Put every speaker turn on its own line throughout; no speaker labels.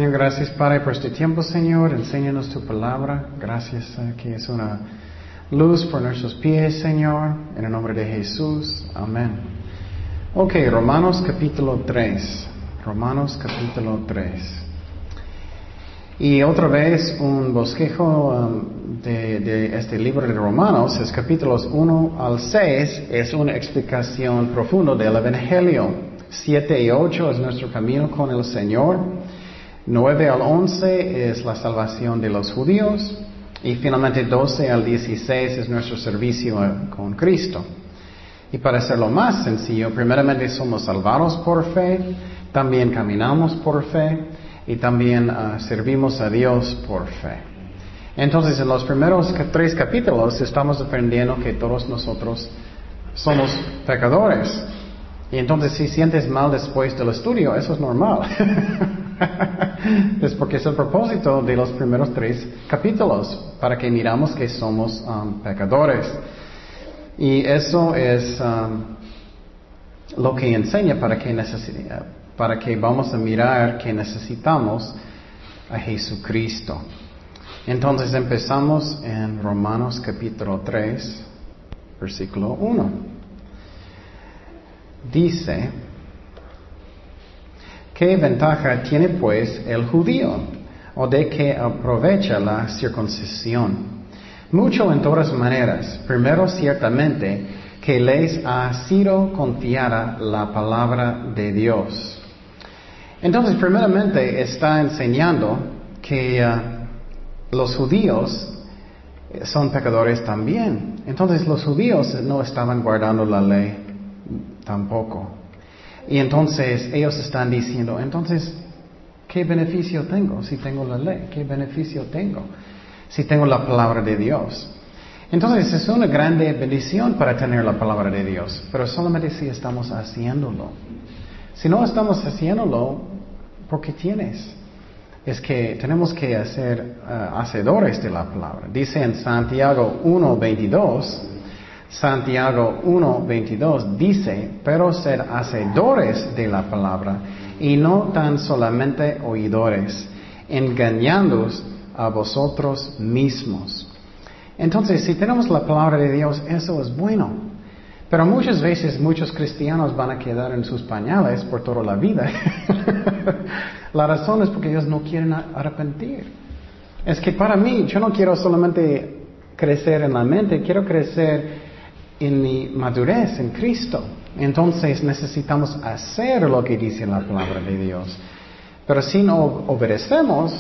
Señor, gracias, Padre, por este tiempo, Señor. Enséñanos tu palabra. Gracias, que es una luz por nuestros pies, Señor. En el nombre de Jesús. Amén. Ok, Romanos capítulo 3. Romanos capítulo 3. Y otra vez un bosquejo de este libro de Romanos, es capítulos 1 al 6, es una explicación profunda del Evangelio. 7 y 8 es nuestro camino con el Señor. 9 al 11 es la salvación de los judíos. Y finalmente 12 al 16 es nuestro servicio con Cristo. Y para hacerlo más sencillo, primeramente somos salvados por fe, también caminamos por fe y también servimos a Dios por fe. Entonces, en los primeros 3 capítulos estamos aprendiendo que todos nosotros somos pecadores. Y entonces, si sientes mal después del estudio, eso es normal. Es porque es el propósito de los primeros 3 capítulos, para que miramos que somos pecadores. Y eso es lo que enseña para que vamos a mirar que necesitamos a Jesucristo. Entonces empezamos en Romanos capítulo 3, versículo 1. Dice, ¿qué ventaja tiene pues el judío? ¿O de qué aprovecha la circuncisión? Mucho en todas maneras. Primero, ciertamente, que les ha sido confiada la palabra de Dios. Entonces, primeramente, está enseñando que los judíos son pecadores también. Entonces, los judíos no estaban guardando la ley tampoco. Y entonces, ellos están diciendo, entonces, ¿qué beneficio tengo si tengo la ley? ¿Qué beneficio tengo si tengo la palabra de Dios? Entonces es una grande bendición para tener la palabra de Dios, pero solamente si estamos haciéndolo. Si no estamos haciéndolo, ¿por qué tienes? Es que tenemos que ser hacedores de la palabra. Dice en Santiago 1:22, Santiago 1:22 dice, pero ser hacedores de la palabra y no tan solamente oidores, engañándoos a vosotros mismos. Entonces, si tenemos la palabra de Dios, eso es bueno. Pero muchas veces muchos cristianos van a quedar en sus pañales por toda la vida. La razón es porque ellos no quieren arrepentir. Es que para mí, yo no quiero solamente crecer en la mente, quiero crecer en mi madurez en Cristo. Entonces necesitamos hacer lo que dice la palabra de Dios. Pero si no obedecemos,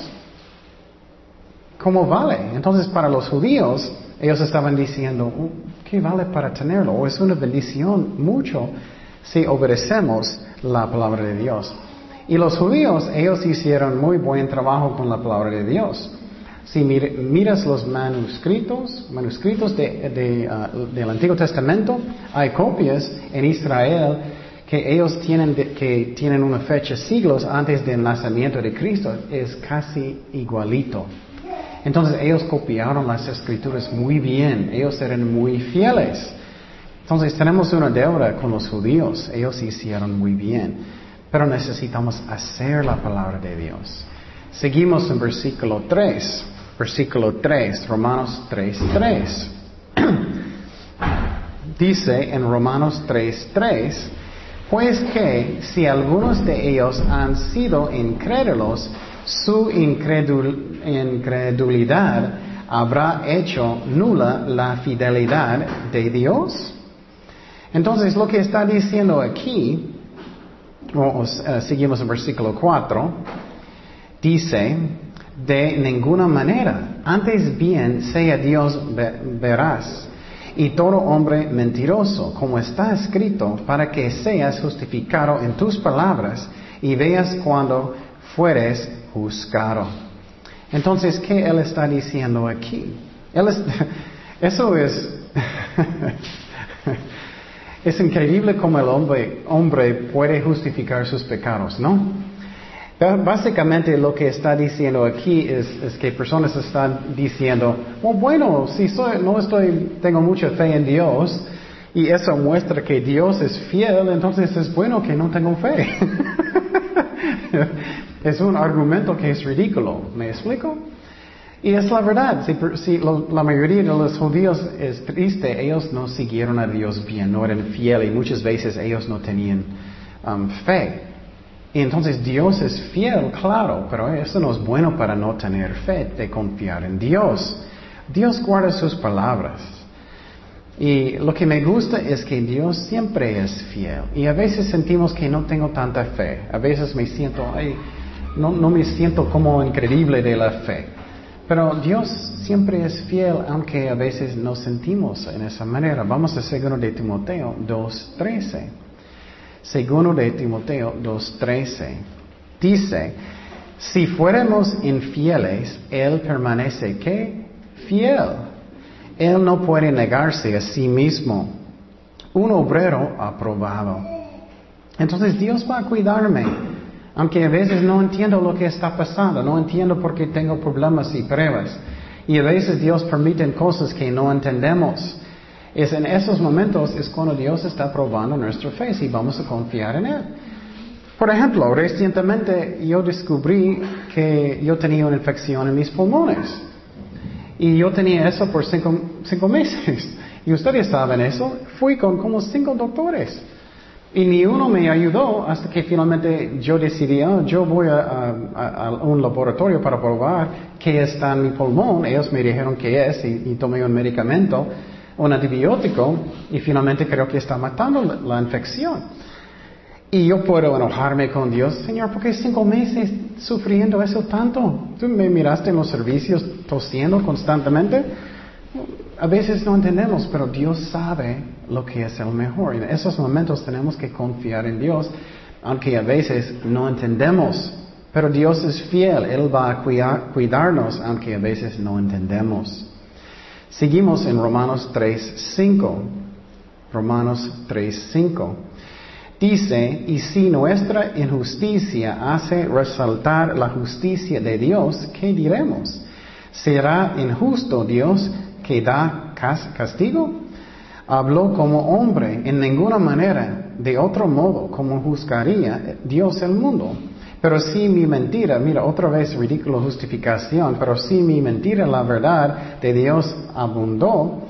¿cómo vale? Entonces para los judíos, ellos estaban diciendo, ¿qué vale para tenerlo? O es una bendición mucho si obedecemos la palabra de Dios. Y los judíos, ellos hicieron muy buen trabajo con la palabra de Dios. Si miras los manuscritos del Antiguo Testamento, hay copias en Israel que ellos tienen una fecha siglos antes del nacimiento de Cristo, es casi igualito. Entonces ellos copiaron las escrituras muy bien, ellos eran muy fieles. Entonces tenemos una deuda con los judíos, ellos hicieron muy bien, pero necesitamos hacer la palabra de Dios. Seguimos en versículo 3. Versículo 3, Romanos 3:3. Dice en Romanos 3:3, pues que si algunos de ellos han sido incrédulos, su incredulidad habrá hecho nula la fidelidad de Dios. Entonces lo que está diciendo aquí, seguimos en versículo 4, dice, de ninguna manera, antes bien sea Dios veraz y todo hombre mentiroso, como está escrito, para que seas justificado en tus palabras y veas cuando fueres juzgado. Entonces, ¿qué él está diciendo aquí? Eso es es increíble cómo el hombre puede justificar sus pecados, ¿no? Básicamente lo que está diciendo aquí es que personas están diciendo, bueno, si tengo mucha fe en Dios y eso muestra que Dios es fiel, entonces es bueno que no tengo fe. Es un argumento que es ridículo. ¿Me explico? Y es la verdad. Si la mayoría de los judíos es triste, ellos no siguieron a Dios bien, no eran fieles y muchas veces ellos no tenían fe. Y entonces Dios es fiel, claro, pero eso no es bueno para no tener fe, de confiar en Dios. Dios guarda sus palabras. Y lo que me gusta es que Dios siempre es fiel. Y a veces sentimos que no tengo tanta fe. A veces me siento, no me siento como increíble de la fe. Pero Dios siempre es fiel, aunque a veces nos sentimos en esa manera. Vamos a 2 de Timoteo 2:13. 2 de Timoteo 2:13. Dice, si fuéramos infieles, Él permanece, ¿qué? Fiel. Él no puede negarse a sí mismo. Un obrero aprobado. Entonces Dios va a cuidarme. Aunque a veces no entiendo lo que está pasando, no entiendo por qué tengo problemas y pruebas. Y a veces Dios permite cosas que no entendemos. Es en esos momentos es cuando Dios está probando nuestra fe, si vamos a confiar en Él. Por ejemplo, recientemente yo descubrí que yo tenía una infección en mis pulmones. Y yo tenía eso por 5 meses. Y ustedes saben eso. Fui con como 5 doctores. Y ni uno me ayudó hasta que finalmente yo decidí, yo voy a un laboratorio para probar qué está en mi pulmón. Ellos me dijeron qué es y tomé un medicamento, un antibiótico, y finalmente creo que está matando la infección. Y yo puedo enojarme con Dios, Señor, ¿por qué 5 meses sufriendo eso tanto? ¿Tú me miraste en los servicios tosiendo constantemente? A veces no entendemos, pero Dios sabe lo que es el mejor. En esos momentos tenemos que confiar en Dios, aunque a veces no entendemos. Pero Dios es fiel, Él va a cuidarnos, aunque a veces no entendemos. Seguimos en Romanos 3:5. Romanos 3:5. Dice, y si nuestra injusticia hace resaltar la justicia de Dios, ¿qué diremos? ¿Será injusto Dios que da castigo? Habló como hombre, en ninguna manera, de otro modo, como juzgaría Dios el mundo. Pero si mi mentira, mira, otra vez ridículo justificación, pero si mi mentira, la verdad de Dios abundó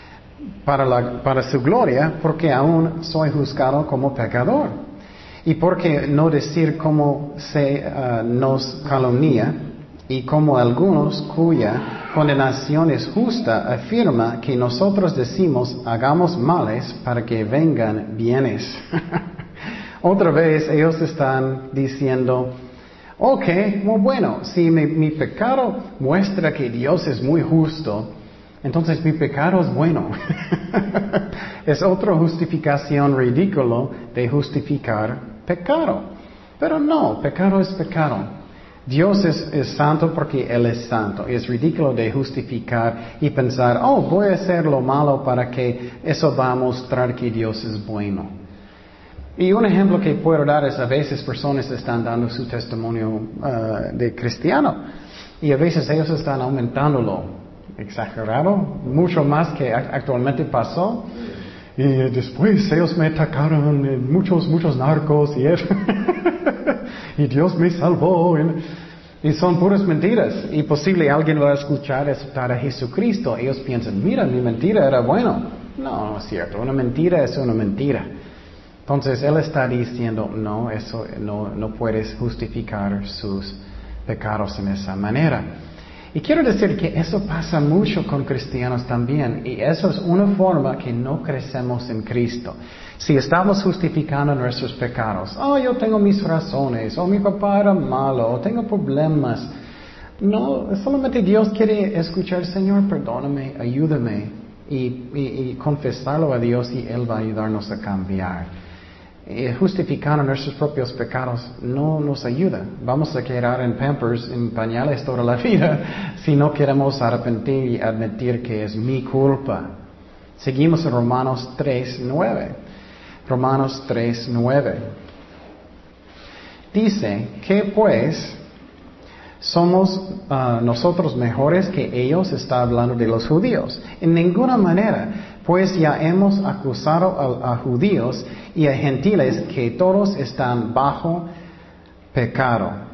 para su gloria, porque aún soy juzgado como pecador. Y porque no decir cómo se nos calumnia, y como algunos cuya condenación es justa, afirma que nosotros decimos hagamos males para que vengan bienes. Otra vez ellos están diciendo, ok, muy bueno, si mi pecado muestra que Dios es muy justo, entonces mi pecado es bueno. Es otra justificación ridícula de justificar pecado. Pero no, pecado es pecado. Dios es santo porque Él es santo. Es ridículo de justificar y pensar, voy a hacer lo malo para que eso va a mostrar que Dios es bueno. Y un ejemplo que puedo dar es a veces personas están dando su testimonio de cristiano y a veces ellos están aumentándolo, exagerado, mucho más que actualmente pasó. Y después ellos me atacaron, muchos narcos y eso. Y Dios me salvó. Y son puras mentiras. Y posible alguien va a escuchar aceptar a Jesucristo. Ellos piensan, mira, mi mentira era bueno. No es cierto. Una mentira es una mentira. Entonces Él está diciendo, no, eso no puedes justificar sus pecados en esa manera. Y quiero decir que eso pasa mucho con cristianos también, y eso es una forma que no crecemos en Cristo. Si estamos justificando nuestros pecados, yo tengo mis razones, mi papá era malo, tengo problemas. No, solamente Dios quiere escuchar, Señor, perdóname, ayúdame, y confesarlo a Dios y Él va a ayudarnos a cambiar. Justificando nuestros propios pecados no nos ayuda. Vamos a quedar en Pampers, en pañales toda la vida, si no queremos arrepentir y admitir que es mi culpa. Seguimos en Romanos 3:9. Romanos 3:9. Dice que pues somos nosotros mejores que ellos. Está hablando de los judíos. En ninguna manera, pues ya hemos acusado a judíos y a gentiles que todos están bajo pecado.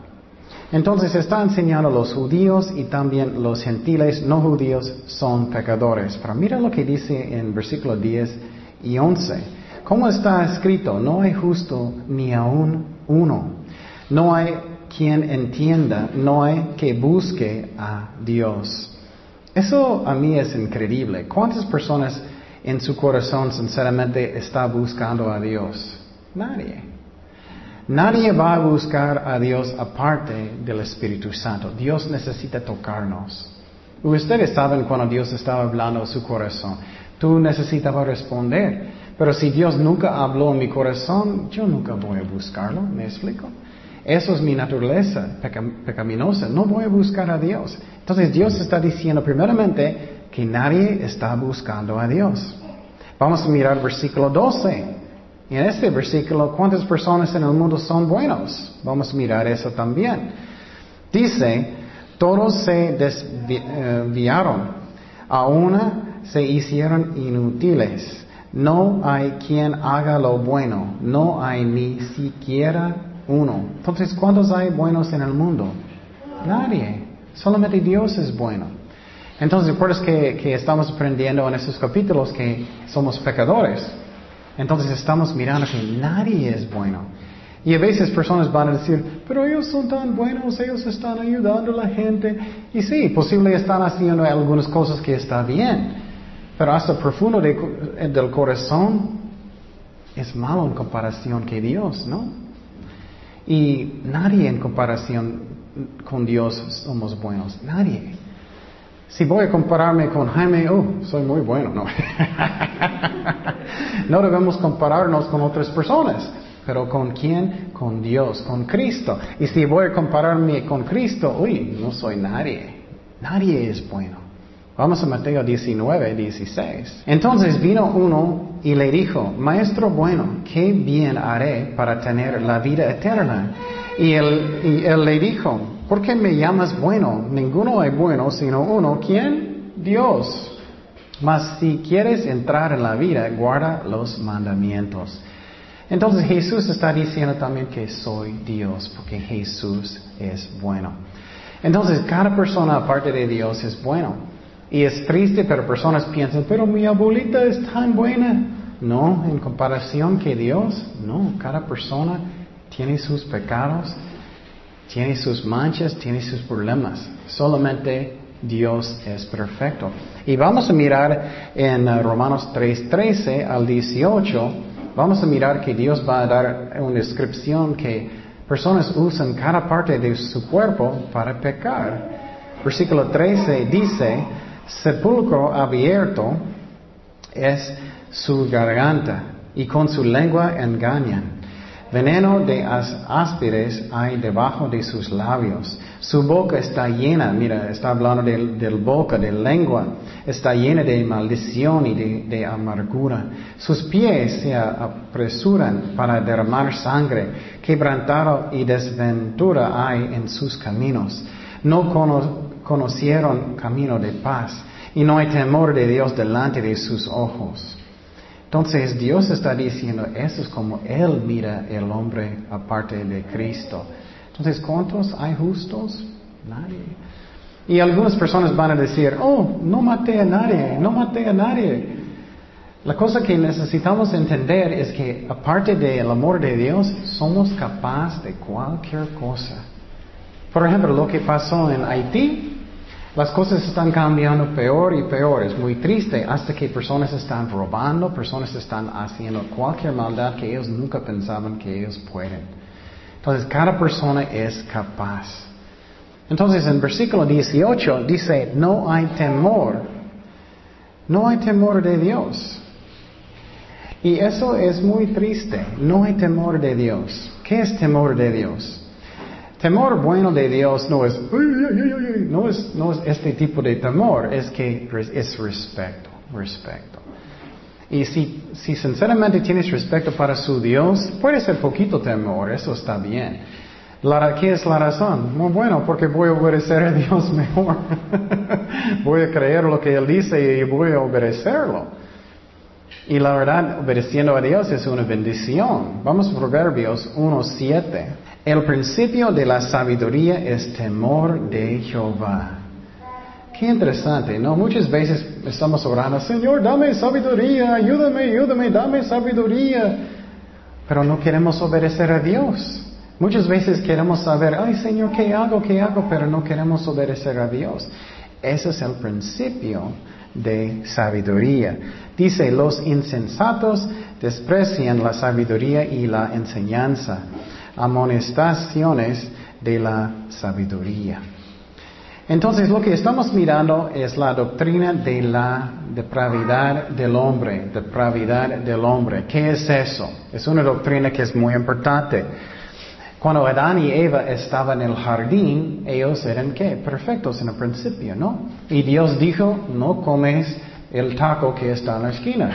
Entonces está enseñando a los judíos y también los gentiles no judíos son pecadores. Pero mira lo que dice en versículos 10 y 11. ¿Cómo está escrito? No hay justo ni aún uno. No hay quien entienda, no hay que busque a Dios. Eso a mí es increíble. ¿Cuántas personas en su corazón sinceramente está buscando a Dios? Nadie. Nadie va a buscar a Dios aparte del Espíritu Santo. Dios necesita tocarnos. Ustedes saben cuando Dios estaba hablando a su corazón. Tú necesitabas responder. Pero si Dios nunca habló en mi corazón, yo nunca voy a buscarlo. ¿Me explico? Eso es mi naturaleza pecaminosa. No voy a buscar a Dios. Entonces Dios está diciendo primeramente que nadie está buscando a Dios. Vamos a mirar el versículo 12. Y en este versículo, ¿cuántas personas en el mundo son buenos? Vamos a mirar eso también. Dice, todos se desviaron, a una se hicieron inútiles. No hay quien haga lo bueno, no hay ni siquiera uno. Entonces, ¿cuántos hay buenos en el mundo? Nadie. Solamente Dios es bueno. Entonces, por eso que estamos aprendiendo en estos capítulos que somos pecadores. Entonces estamos mirando que nadie es bueno. Y a veces personas van a decir, pero ellos son tan buenos, ellos están ayudando a la gente. Y sí, posible están haciendo algunas cosas que está bien. Pero hasta profundo del corazón es malo en comparación que Dios, ¿no? Y nadie en comparación con Dios somos buenos. Nadie. Si voy a compararme con Jaime, soy muy bueno, no. No debemos compararnos con otras personas. ¿Pero con quién? Con Dios, con Cristo. Y si voy a compararme con Cristo, no soy nadie. Nadie es bueno. Vamos a Mateo 19, 16. Entonces vino uno y le dijo, Maestro bueno, ¿qué bien haré para tener la vida eterna? Y él le dijo, ¿por qué me llamas bueno? Ninguno hay bueno sino uno. ¿Quién? Dios. Mas si quieres entrar en la vida, guarda los mandamientos. Entonces Jesús está diciendo también que soy Dios, porque Jesús es bueno. Entonces cada persona aparte de Dios es bueno. Y es triste, pero personas piensan, pero mi abuelita es tan buena. No, en comparación que Dios, no. Cada persona tiene sus pecados, tiene sus manchas, tiene sus problemas. Solamente Dios es perfecto. Y vamos a mirar en Romanos 3:13 al 18, vamos a mirar que Dios va a dar una descripción que personas usan cada parte de su cuerpo para pecar. Versículo 13 dice, sepulcro abierto es su garganta y con su lengua engañan. Veneno de áspides hay debajo de sus labios. Su boca está llena, mira, está hablando de boca, de lengua. Está llena de maldición y de amargura. Sus pies se apresuran para derramar sangre. Quebrantado y desventura hay en sus caminos. No conocieron camino de paz. Y no hay temor de Dios delante de sus ojos. Entonces Dios está diciendo, eso es como Él mira el hombre aparte de Cristo. Entonces, ¿cuántos hay justos? Nadie. Y algunas personas van a decir, no maté a nadie, no maté a nadie. La cosa que necesitamos entender es que aparte del amor de Dios, somos capaces de cualquier cosa. Por ejemplo, lo que pasó en Haití. Las cosas están cambiando peor y peor. Es muy triste hasta que personas están robando, personas están haciendo cualquier maldad que ellos nunca pensaban que ellos pueden. Entonces, cada persona es capaz. Entonces, en versículo 18 dice, no hay temor. No hay temor de Dios. Y eso es muy triste. No hay temor de Dios. ¿Qué es temor de Dios? Temor bueno de Dios no es este tipo de temor, es que es respeto. Y si sinceramente tienes respeto para su Dios, puede ser poquito temor, eso está bien. ¿Qué es la razón? Muy bueno, porque voy a obedecer a Dios mejor. Voy a creer lo que Él dice y voy a obedecerlo. Y la verdad, obedeciendo a Dios es una bendición. Vamos a Proverbios 1:7. El principio de la sabiduría es temor de Jehová. Qué interesante, ¿no? Muchas veces estamos orando, Señor, dame sabiduría, ayúdame, dame sabiduría. Pero no queremos obedecer a Dios. Muchas veces queremos saber, ay Señor, ¿qué hago? Pero no queremos obedecer a Dios. Ese es el principio de sabiduría. Dice, los insensatos desprecian la sabiduría y la enseñanza, amonestaciones de la sabiduría. Entonces, lo que estamos mirando es la doctrina de la depravidad del hombre. Depravidad del hombre. ¿Qué es eso? Es una doctrina que es muy importante. Cuando Adán y Eva estaban en el jardín, ellos eran ¿qué? Perfectos en el principio, ¿no? Y Dios dijo, no comes el taco que está en la esquina.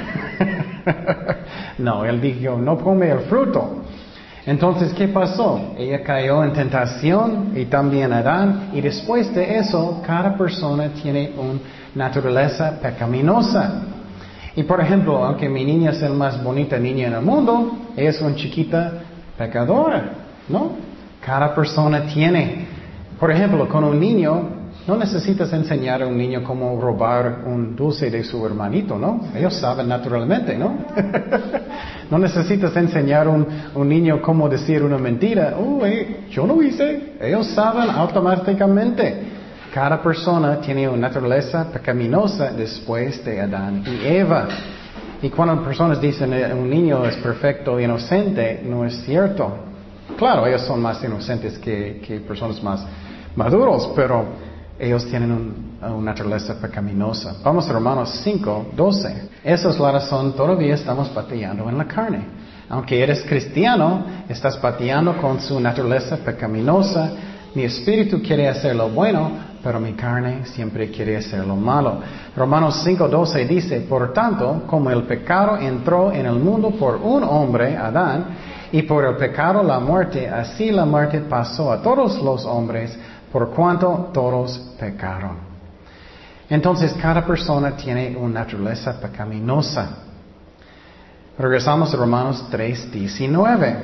No, Él dijo, no come el fruto. Entonces, ¿qué pasó? Ella cayó en tentación y también Adán. Y después de eso, cada persona tiene una naturaleza pecaminosa. Y por ejemplo, aunque mi niña es la más bonita niña en el mundo, ella es una chiquita pecadora, ¿no? Cada persona tiene. Por ejemplo, con un niño, no necesitas enseñar a un niño cómo robar un dulce de su hermanito, ¿no? Ellos saben naturalmente, ¿no? No necesitas enseñar a un niño cómo decir una mentira. Yo lo hice. Ellos saben automáticamente. Cada persona tiene una naturaleza pecaminosa después de Adán y Eva. Y cuando personas dicen un niño es perfecto e inocente, no es cierto. Claro, ellos son más inocentes que personas más maduros, pero ellos tienen una naturaleza pecaminosa. Vamos a Romanos 5:12. Esa es la razón, todavía estamos batallando en la carne. Aunque eres cristiano, estás batallando con su naturaleza pecaminosa. Mi espíritu quiere hacer lo bueno, pero mi carne siempre quiere hacer lo malo. Romanos 5:12 dice, por tanto, como el pecado entró en el mundo por un hombre, Adán, y por el pecado la muerte, así la muerte pasó a todos los hombres, por cuanto todos pecaron. Entonces, cada persona tiene una naturaleza pecaminosa. Regresamos a Romanos 3:19.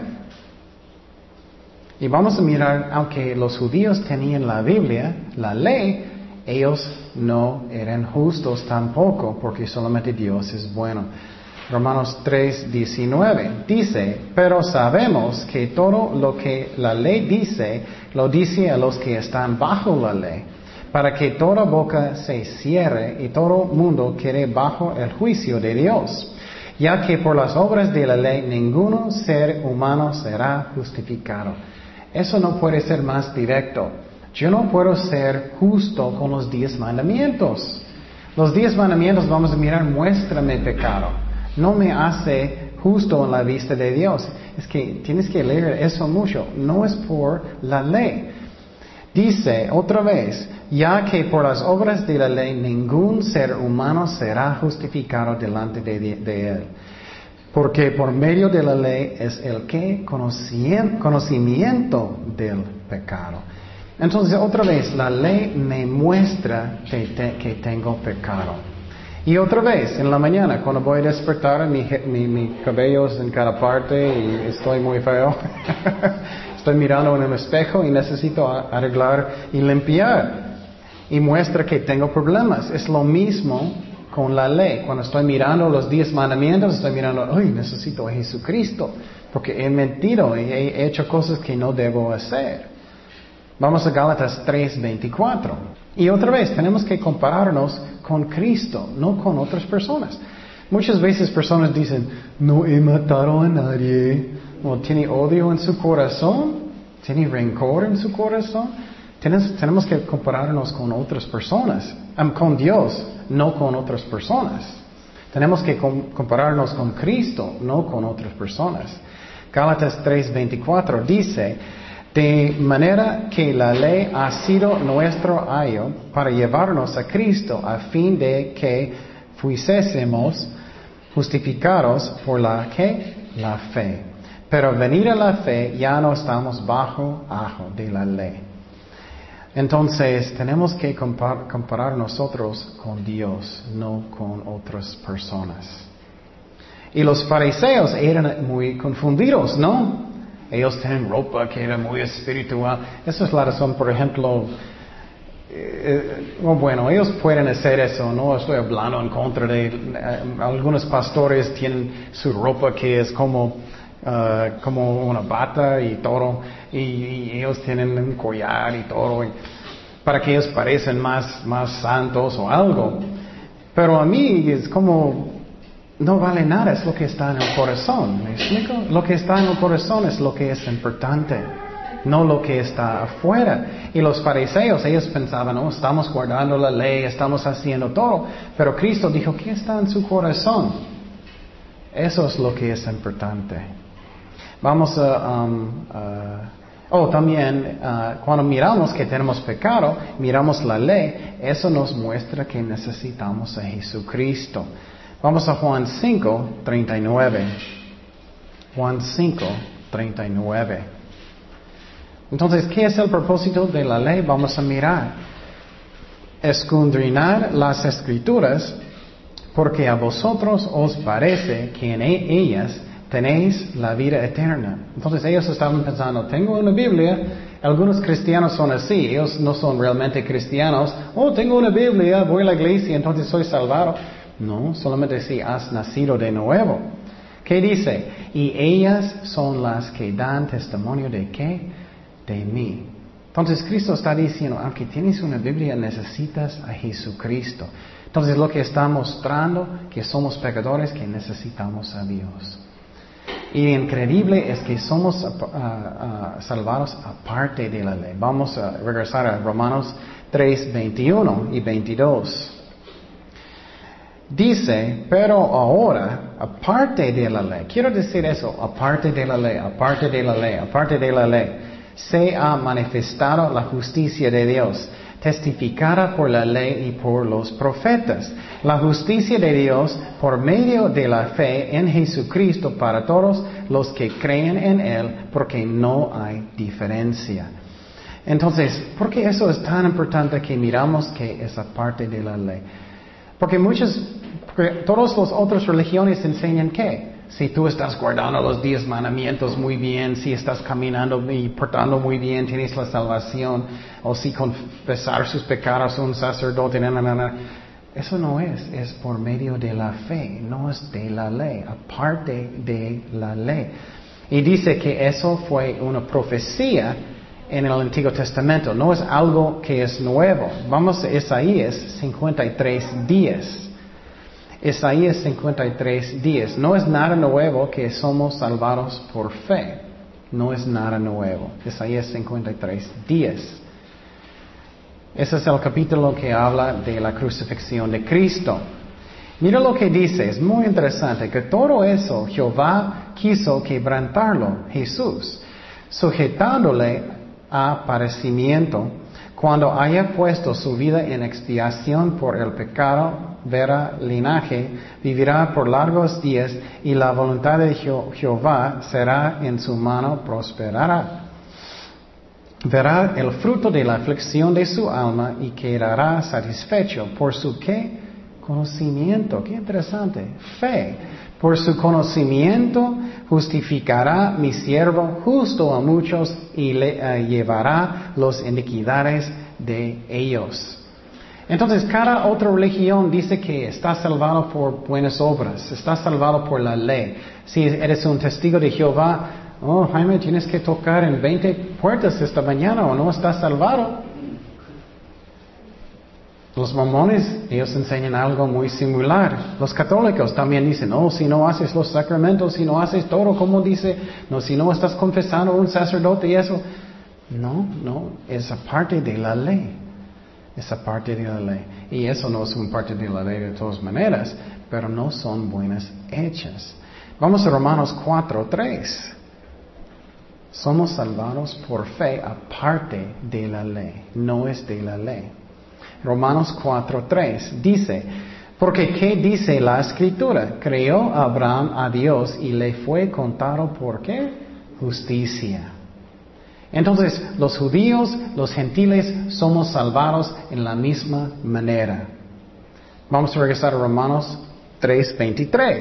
Y vamos a mirar, aunque los judíos tenían la Biblia, la ley, ellos no eran justos tampoco, porque solamente Dios es bueno. Romanos 3:19 dice, pero sabemos que todo lo que la ley dice, lo dice a los que están bajo la ley, para que toda boca se cierre y todo mundo quede bajo el juicio de Dios, ya que por las obras de la ley ninguno ser humano será justificado. Eso no puede ser más directo. Yo no puedo ser justo con los 10 mandamientos. Los 10 mandamientos vamos a mirar, muéstrame pecado. No me hace justo en la vista de Dios. Es que tienes que leer eso mucho. No es por la ley. Dice otra vez, ya que por las obras de la ley ningún ser humano será justificado delante de él. Porque por medio de la ley es el que conocimiento del pecado. Entonces otra vez, la ley me muestra que tengo pecado. Y otra vez, en la mañana, cuando voy a despertar, mi cabello es en cada parte y estoy muy feo. Estoy mirando en el espejo y necesito arreglar y limpiar. Y muestra que tengo problemas. Es lo mismo con la ley. Cuando estoy mirando los 10 mandamientos, estoy mirando, necesito a Jesucristo. Porque he mentido y he hecho cosas que no debo hacer. Vamos a Gálatas 3:24. Y otra vez, tenemos que compararnos con Cristo, no con otras personas. Muchas veces personas dicen, no he matado a nadie, o tiene odio en su corazón, tiene rencor en su corazón. Tenemos que compararnos con otras personas, con Dios, no con otras personas. Tenemos que compararnos con Cristo, no con otras personas. Gálatas 3:24 dice, de manera que la ley ha sido nuestro ayo para llevarnos a Cristo a fin de que fuésemos justificados por la fe. Pero venir a la fe ya no estamos bajo de la ley. Entonces tenemos que comparar nosotros con Dios, no con otras personas. Y los fariseos eran muy confundidos, ¿no? Ellos tienen ropa que era muy espiritual. Esa es la razón, por ejemplo, bueno, ellos pueden hacer eso, no estoy hablando en contra de algunos pastores tienen su ropa que es como una bata y todo, y ellos tienen un collar y todo, para que ellos parecen más santos o algo. Pero a mí es como, no vale nada, es lo que está en el corazón, ¿me explico? Lo que está en el corazón es lo que es importante, no lo que está afuera. Y los fariseos, ellos pensaban, oh, estamos guardando la ley, estamos haciendo todo, pero Cristo dijo, ¿qué está en su corazón? Eso es lo que es importante. Vamos también, cuando miramos que tenemos pecado, miramos la ley, eso nos muestra que necesitamos a Jesucristo. Vamos a Juan 5:39. Juan 5:39. Entonces, ¿qué es el propósito de la ley? Vamos a mirar. Escudriñar las Escrituras, porque a vosotros os parece que en ellas tenéis la vida eterna. Entonces ellos estaban pensando, tengo una Biblia. Algunos cristianos son así, ellos no son realmente cristianos. Oh, tengo una Biblia, voy a la iglesia, entonces soy salvado. No, solamente si has nacido de nuevo. ¿Qué dice? Y ellas son las que dan testimonio de ¿qué? De mí. Entonces Cristo está diciendo, aunque tienes una Biblia, necesitas a Jesucristo. Entonces lo que está mostrando que somos pecadores, que necesitamos a Dios. Y increíble es que somos salvados aparte de la ley. Vamos a regresar a Romanos 3:21 y 22. Dice, pero ahora, aparte de la ley, quiero decir eso, aparte de la ley, aparte de la ley, aparte de la ley, se ha manifestado la justicia de Dios, testificada por la ley y por los profetas. La justicia de Dios por medio de la fe en Jesucristo para todos los que creen en Él, porque no hay diferencia. Entonces, ¿por qué eso es tan importante que miramos que es aparte de la ley? Porque todas las otras religiones enseñan que si tú estás guardando los 10 mandamientos muy bien, si estás caminando y portando muy bien, tienes la salvación, o si confesar sus pecados a un sacerdote, eso no es por medio de la fe, no es de la ley, aparte de la ley. Y dice que eso fue una profecía en el Antiguo Testamento, no es algo que es nuevo. Vamos a Isaías 53:10. Isaías 53:10. No es nada nuevo que somos salvados por fe. No es nada nuevo. Isaías 53:10. Ese es el capítulo que habla de la crucifixión de Cristo. Mira lo que dice, es muy interesante, que todo eso Jehová quiso quebrantarlo, Jesús, sujetándole a padecimiento, cuando haya puesto su vida en expiación por el pecado, verá linaje, vivirá por largos días, y la voluntad de Jehová será en su mano, prosperará. Verá el fruto de la aflicción de su alma y quedará satisfecho por su ¿qué? Conocimiento. Qué interesante. Fe. Por su conocimiento justificará mi siervo justo a muchos y le llevará las iniquidades de ellos. Entonces, cada otra religión dice que está salvado por buenas obras, está salvado por la ley. Si eres un testigo de Jehová, oh, Jaime, tienes que tocar en 20 puertas esta mañana o no estás salvado. Los mormones, ellos enseñan algo muy similar. Los católicos también dicen, oh, si no haces los sacramentos, si no haces todo como dice, no, si no estás confesando a un sacerdote y eso. No, es aparte de la ley. Es aparte de la ley. Y eso no es una parte de la ley de todas maneras, pero no son buenas hechas. Vamos a Romanos 4:3. Somos salvados por fe aparte de la ley, no es de la ley. Romanos 4:3 dice, porque ¿qué dice la Escritura? Creyó Abraham a Dios y le fue contado ¿por qué? Justicia. Entonces, los judíos, los gentiles, somos salvados en la misma manera. Vamos a regresar a Romanos 3:23.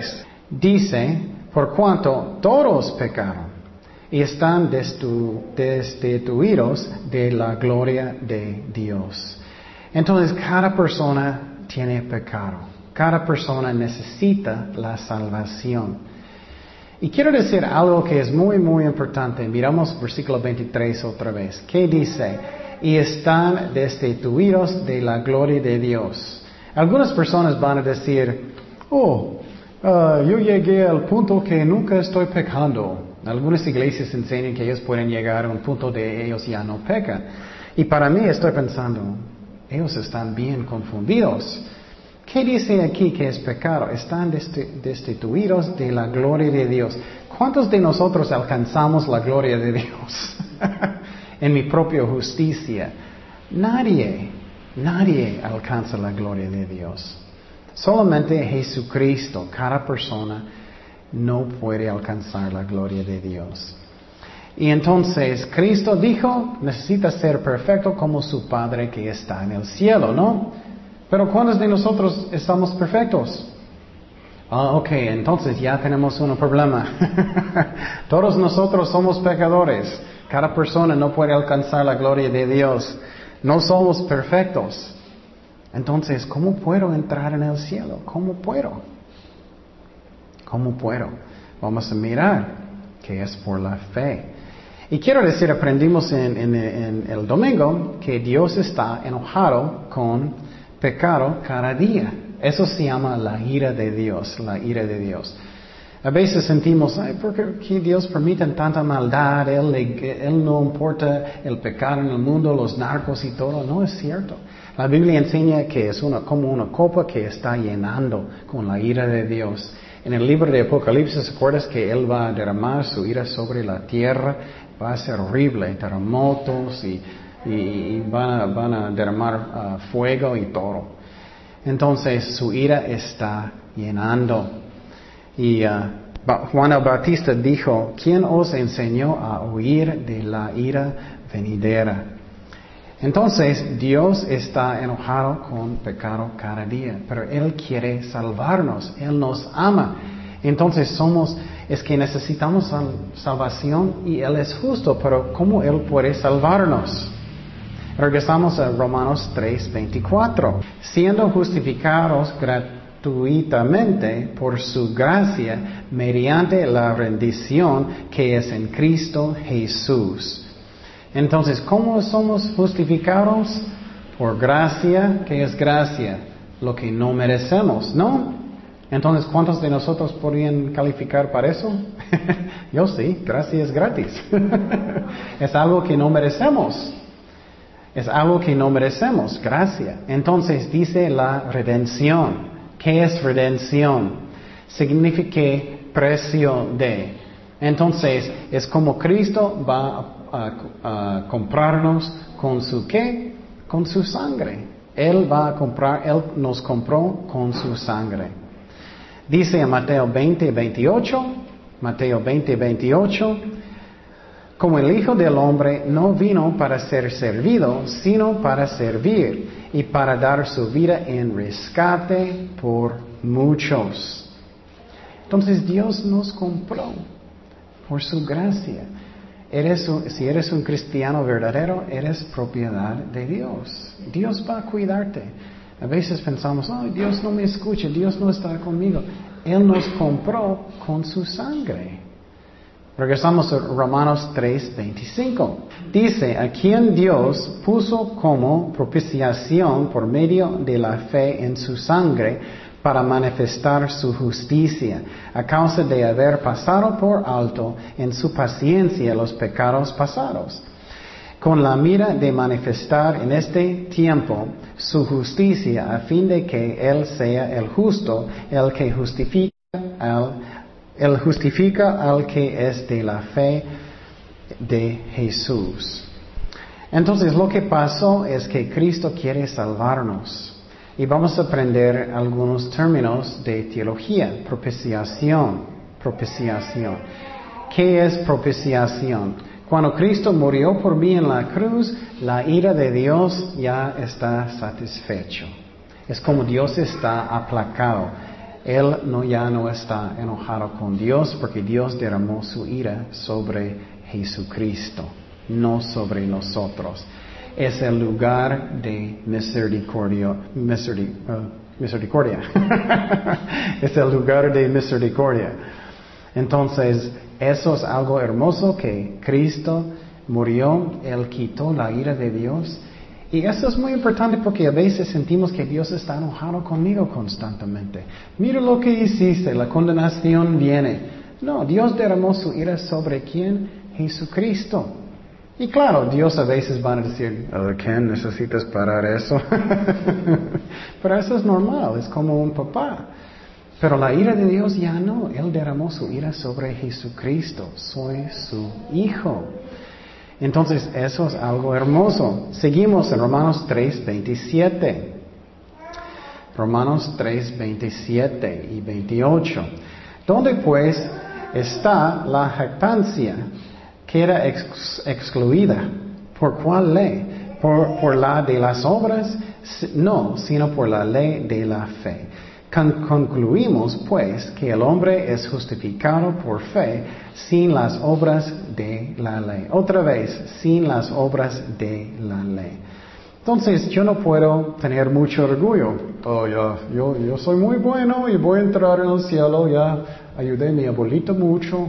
Dice, por cuanto todos pecaron y están destituidos de la gloria de Dios. Entonces, cada persona tiene pecado. Cada persona necesita la salvación. Y quiero decir algo que es muy, muy importante. Miramos versículo 23 otra vez. ¿Qué dice? Y están destituidos de la gloria de Dios. Algunas personas van a decir, yo llegué al punto que nunca estoy pecando. Algunas iglesias enseñan que ellos pueden llegar a un punto de ellos ya no pecan. Y para mí estoy pensando, ellos están bien confundidos. ¿Qué dice aquí que es pecado? Están destituidos de la gloria de Dios. ¿Cuántos de nosotros alcanzamos la gloria de Dios? En mi propia justicia. Nadie alcanza la gloria de Dios. Solamente Jesucristo, cada persona, no puede alcanzar la gloria de Dios. Y entonces Cristo dijo, necesita ser perfecto como su Padre que está en el cielo, ¿no? Pero ¿cuántos de nosotros estamos perfectos? Ok, entonces ya tenemos un problema. Todos nosotros somos pecadores. Cada persona no puede alcanzar la gloria de Dios. No somos perfectos. Entonces, ¿cómo puedo entrar en el cielo? ¿Cómo puedo? Vamos a mirar que es por la fe. Y quiero decir, aprendimos en el domingo que Dios está enojado con pecado cada día. Eso se llama la ira de Dios, la ira de Dios. A veces sentimos, ¿por qué Dios permite tanta maldad? Él no importa el pecado en el mundo, los narcos y todo. No es cierto. La Biblia enseña que es como una copa que está llenando con la ira de Dios. En el libro de Apocalipsis, ¿recuerdas que Él va a derramar su ira sobre la tierra? Va a ser horrible, terremotos y van a derramar fuego y todo. Entonces su ira está llenando. Y Juan el Bautista dijo, ¿quién os enseñó a huir de la ira venidera? Entonces Dios está enojado con pecado cada día, pero Él quiere salvarnos, Él nos ama. Entonces es que necesitamos salvación y Él es justo, pero ¿cómo Él puede salvarnos? Regresamos a Romanos 3:24. Siendo justificados gratuitamente por su gracia mediante la rendición que es en Cristo Jesús. Entonces, ¿cómo somos justificados? Por gracia. ¿Qué es gracia? Lo que no merecemos, ¿no? Entonces, ¿cuántos de nosotros podrían calificar para eso? Yo sí, gracia es gratis. Es algo que no merecemos. Es algo que no merecemos, gracia. Entonces dice la redención. ¿Qué es redención? Significa precio de. Entonces es como Cristo va a comprarnos con su ¿qué? Con su sangre. Él nos compró con su sangre. Dice en Mateo 20:28, como el Hijo del Hombre no vino para ser servido, sino para servir y para dar su vida en rescate por muchos. Entonces Dios nos compró por su gracia. Si eres un cristiano verdadero, eres propiedad de Dios. Dios va a cuidarte. A veces pensamos, Dios no me escucha, Dios no está conmigo. Él nos compró con su sangre. Regresamos a Romanos 3:25. Dice, a quien Dios puso como propiciación por medio de la fe en su sangre para manifestar su justicia, a causa de haber pasado por alto en su paciencia los pecados pasados, con la mira de manifestar en este tiempo su justicia, a fin de que Él sea el justo, el que justifica al que es de la fe de Jesús. Entonces lo que pasó es que Cristo quiere salvarnos. Y vamos a aprender algunos términos de teología. Propiciación. ¿Qué es propiciación? Cuando Cristo murió por mí en la cruz, la ira de Dios ya está satisfecho. Es como Dios está aplacado. Él ya no está enojado con Dios porque Dios derramó su ira sobre Jesucristo, no sobre nosotros. Es el lugar de misericordia. Es el lugar de misericordia. Entonces, eso es algo hermoso que Cristo murió, Él quitó la ira de Dios. Y eso es muy importante porque a veces sentimos que Dios está enojado conmigo constantemente. Mira lo que hiciste, la condenación viene. No, Dios derramó su ira sobre ¿quién? Jesucristo. Y claro, Dios a veces va a decir, Ken, necesitas parar eso. Pero eso es normal, es como un papá. Pero la ira de Dios ya no, Él derramó su ira sobre Jesucristo. Soy su hijo. Entonces, eso es algo hermoso. Seguimos en Romanos 3:27. Romanos 3:27 y 28. ¿Dónde pues está la jactancia que era excluida? ¿Por cuál ley? ¿Por la de las obras? No, sino por la ley de la fe. Concluimos, pues, que el hombre es justificado por fe sin las obras de la ley. Otra vez, sin las obras de la ley. Entonces, yo no puedo tener mucho orgullo. Yo soy muy bueno y voy a entrar en el cielo, ya ayudé a mi abuelito mucho.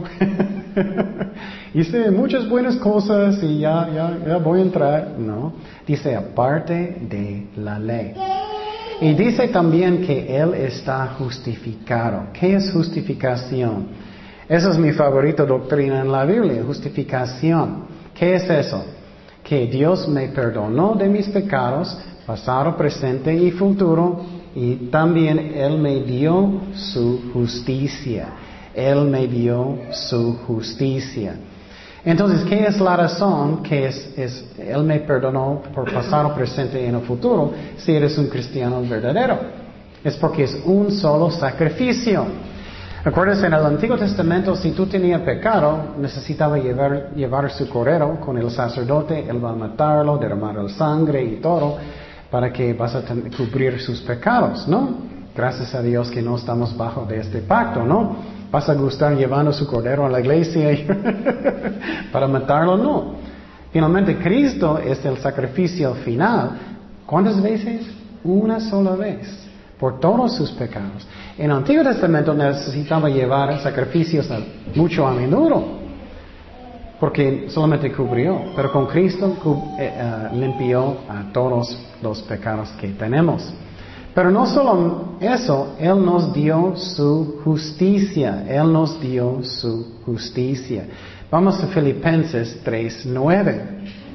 Hice muchas buenas cosas y ya voy a entrar. No, dice aparte de la ley. Y dice también que Él está justificado. ¿Qué es justificación? Esa es mi favorita doctrina en la Biblia, justificación. ¿Qué es eso? Que Dios me perdonó de mis pecados, pasado, presente y futuro, y también Él me dio su justicia. Él me dio su justicia. Entonces, ¿qué es la razón que Él me perdonó por pasado, presente y en el futuro si eres un cristiano verdadero? Es porque es un solo sacrificio. Recuerdas, en el Antiguo Testamento, si tú tenías pecado, necesitaba llevar su cordero con el sacerdote, él va a matarlo, derramar el sangre y todo, para que vas a cubrir sus pecados, ¿no? Gracias a Dios que no estamos bajo de este pacto, ¿no? ¿Vas a gustar llevando su cordero a la iglesia para matarlo? No. Finalmente, Cristo es el sacrificio final. ¿Cuántas veces? Una sola vez. Por todos sus pecados. En el Antiguo Testamento necesitaba llevar sacrificios mucho a menudo. Porque solamente cubrió. Pero con Cristo limpió a todos los pecados que tenemos. Pero no solo eso, Él nos dio su justicia. Él nos dio su justicia. Vamos a Filipenses 3:9.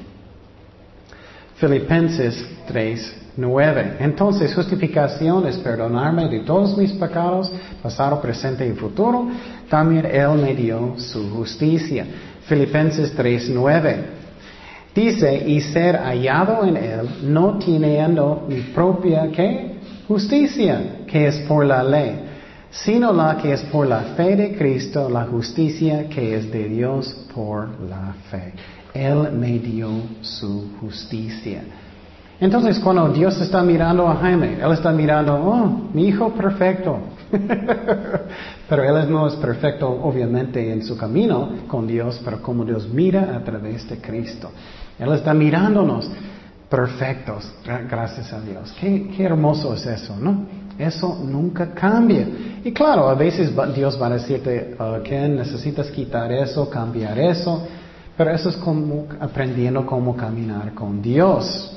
Filipenses 3:9. Entonces, justificación es perdonarme de todos mis pecados, pasado, presente y futuro. También Él me dio su justicia. Filipenses 3:9. Dice, y ser hallado en Él, no teniendo mi propia, ¿qué? Justicia, que es por la ley, sino la que es por la fe de Cristo, la justicia que es de Dios por la fe. Él me dio su justicia. Entonces, cuando Dios está mirando a Jaime, Él está mirando, mi hijo perfecto. Pero Él no es perfecto, obviamente, en su camino con Dios, pero como Dios mira a través de Cristo. Él está mirándonos perfectos, gracias a Dios. Qué hermoso es eso, ¿no? Eso nunca cambia. Y claro, a veces Dios va a decirte, Ken, necesitas quitar eso, cambiar eso. Pero eso es como aprendiendo cómo caminar con Dios.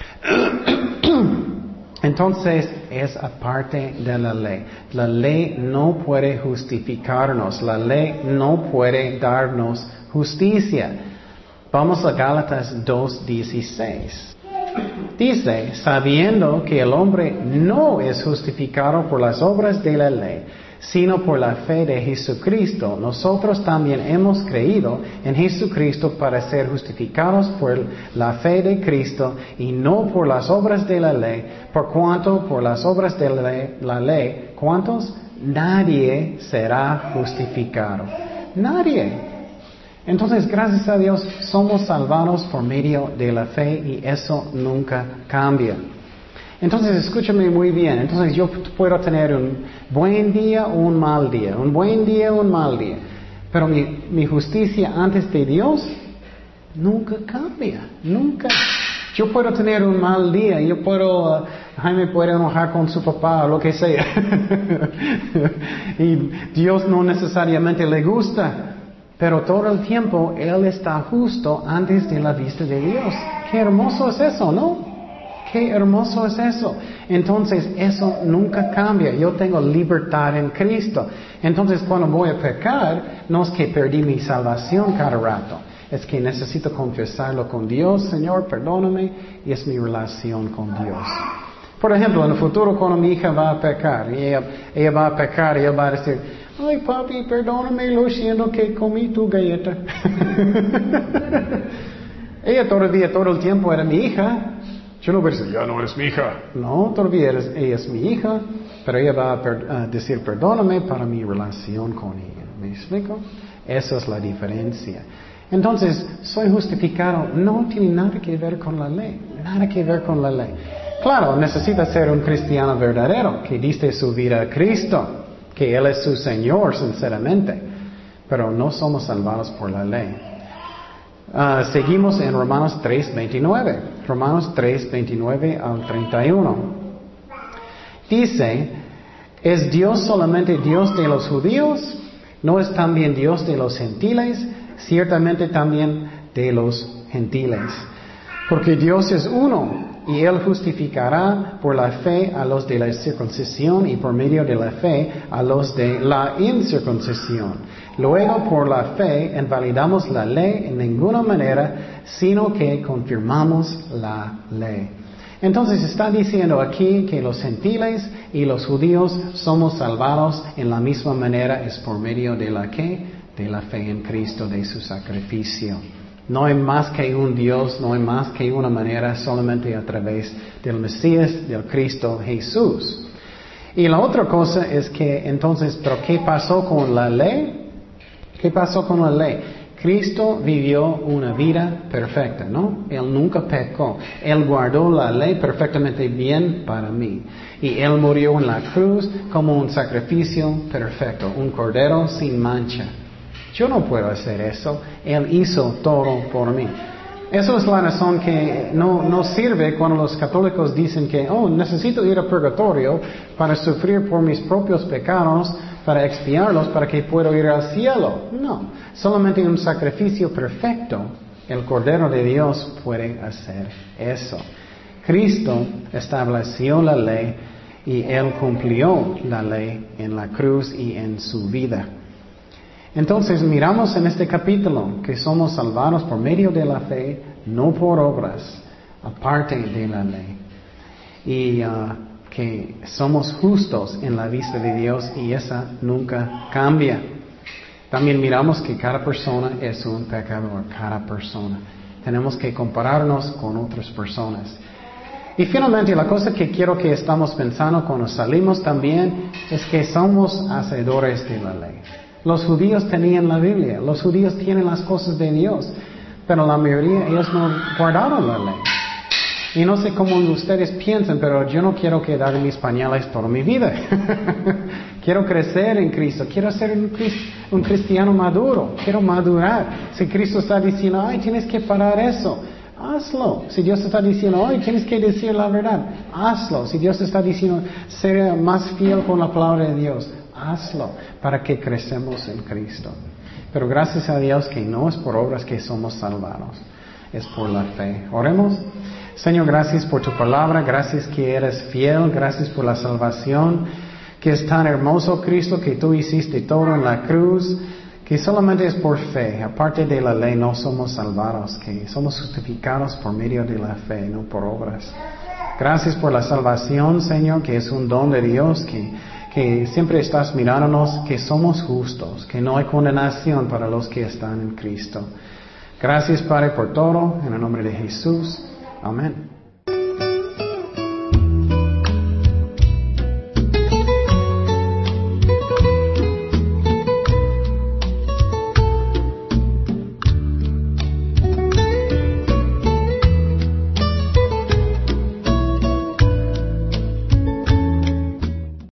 Entonces, es aparte de la ley. La ley no puede justificarnos. La ley no puede darnos justicia. Vamos a Gálatas 2:16. Dice, sabiendo que el hombre no es justificado por las obras de la ley, sino por la fe de Jesucristo, nosotros también hemos creído en Jesucristo para ser justificados por la fe de Cristo y no por las obras de la ley, por cuanto por las obras de la ley, ¿cuántos? Nadie será justificado. Nadie. Entonces, gracias a Dios, somos salvados por medio de la fe y eso nunca cambia. Entonces, escúchame muy bien. Entonces, yo puedo tener un buen día o un mal día. Un buen día o un mal día. Pero mi justicia antes de Dios nunca cambia. Nunca. Yo puedo tener un mal día. Jaime puede enojar con su papá o lo que sea. Y Dios no necesariamente le gusta. Pero todo el tiempo Él está justo antes de la vista de Dios. Qué hermoso es eso, ¿no? Qué hermoso es eso. Entonces, eso nunca cambia. Yo tengo libertad en Cristo. Entonces, cuando voy a pecar, no es que perdí mi salvación cada rato. Es que necesito confesarlo con Dios. Señor, perdóname. Y es mi relación con Dios. Por ejemplo, en el futuro, cuando mi hija va a pecar, y ella va a pecar y ella va a decir, ay, papi, perdóname, lo siento que comí tu galleta. Ella todavía todo el tiempo era mi hija. Yo no voy a decir, ya no eres mi hija. No, todavía ella es mi hija, pero ella va a decir, perdóname para mi relación con ella. ¿Me explico? Esa es la diferencia. Entonces, soy justificado, no tiene nada que ver con la ley. Nada que ver con la ley. Claro, necesita ser un cristiano verdadero, que diste su vida a Cristo, que Él es su Señor, sinceramente. Pero no somos salvados por la ley. Seguimos en Romanos 3:29. Romanos 3:29 al 31. Dice, ¿es Dios solamente Dios de los judíos? ¿No es también Dios de los gentiles? Ciertamente también de los gentiles. Porque Dios es uno, y Él justificará por la fe a los de la circuncisión y por medio de la fe a los de la incircuncisión. Luego, por la fe, invalidamos la ley en ninguna manera, sino que confirmamos la ley. Entonces está diciendo aquí que los gentiles y los judíos somos salvados en la misma manera, es por medio de la ¿qué? De la fe en Cristo, de su sacrificio. No hay más que un Dios, no hay más que una manera, solamente a través del Mesías, del Cristo Jesús. Y la otra cosa es que entonces, ¿pero qué pasó con la ley? ¿Qué pasó con la ley? Cristo vivió una vida perfecta, ¿no? Él nunca pecó. Él guardó la ley perfectamente bien para mí. Y Él murió en la cruz como un sacrificio perfecto, un cordero sin mancha. Yo no puedo hacer eso. Él hizo todo por mí. Eso es la razón que no sirve cuando los católicos dicen que, necesito ir al purgatorio para sufrir por mis propios pecados, para expiarlos, para que pueda ir al cielo. No, solamente un sacrificio perfecto, el Cordero de Dios puede hacer eso. Cristo estableció la ley y Él cumplió la ley en la cruz y en su vida. Entonces miramos en este capítulo que somos salvados por medio de la fe, no por obras, aparte de la ley. Y que somos justos en la vista de Dios y esa nunca cambia. También miramos que cada persona es un pecador, cada persona. Tenemos que compararnos con otras personas. Y finalmente la cosa que quiero que estamos pensando cuando salimos también es que somos hacedores de la ley. Los judíos tenían la Biblia, los judíos tienen las cosas de Dios, pero la mayoría ellos no guardaron la ley. Y no sé cómo ustedes piensan, pero yo no quiero quedar en mis pañales toda mi vida. Quiero crecer en Cristo, quiero ser un cristiano maduro, quiero madurar. Si Cristo está diciendo, ay, tienes que parar eso, hazlo. Si Dios está diciendo, ay, tienes que decir la verdad, hazlo. Si Dios está diciendo, ser más fiel con la palabra de Dios, hazlo para que crecemos en Cristo. Pero gracias a Dios que no es por obras que somos salvados, es por la fe. Oremos. Señor, gracias por tu palabra, gracias que eres fiel, gracias por la salvación, que es tan hermoso, Cristo, que tú hiciste todo en la cruz, que solamente es por fe, aparte de la ley no somos salvados, que somos justificados por medio de la fe, no por obras. Gracias por la salvación, Señor, que es un don de Dios, que siempre estás mirándonos, que somos justos, que no hay condenación para los que están en Cristo. Gracias, Padre, por todo, en el nombre de Jesús. Amén.